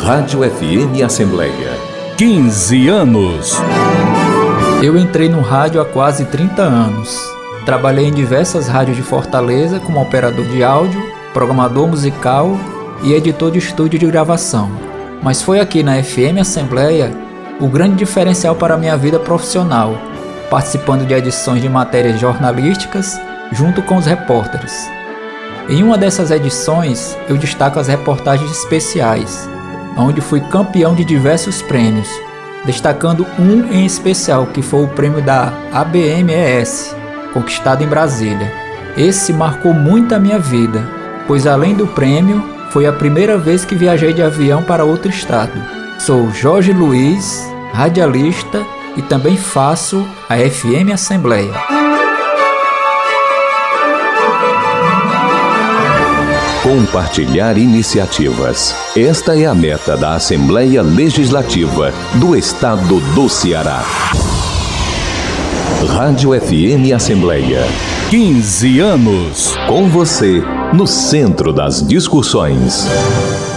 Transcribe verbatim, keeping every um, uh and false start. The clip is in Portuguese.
Rádio F M Assembleia. quinze anos. Eu entrei no rádio há quase trinta anos. Trabalhei em diversas rádios de Fortaleza como operador de áudio, programador musical e editor de estúdio de gravação. Mas foi aqui na F M Assembleia o grande diferencial para a minha vida profissional, participando de edições de matérias jornalísticas junto com os repórteres. Em uma dessas edições, eu destaco as reportagens especiais, onde fui campeão de diversos prêmios, destacando um em especial, que foi o prêmio da A B M E S, conquistado em Brasília. Esse marcou muito a minha vida, pois além do prêmio, foi a primeira vez que viajei de avião para outro estado. Sou Jorge Luiz, radialista e também faço a F M Assembleia. Compartilhar iniciativas. Esta é a meta da Assembleia Legislativa do Estado do Ceará. Rádio F M Assembleia. quinze anos. Com você, no centro das discussões.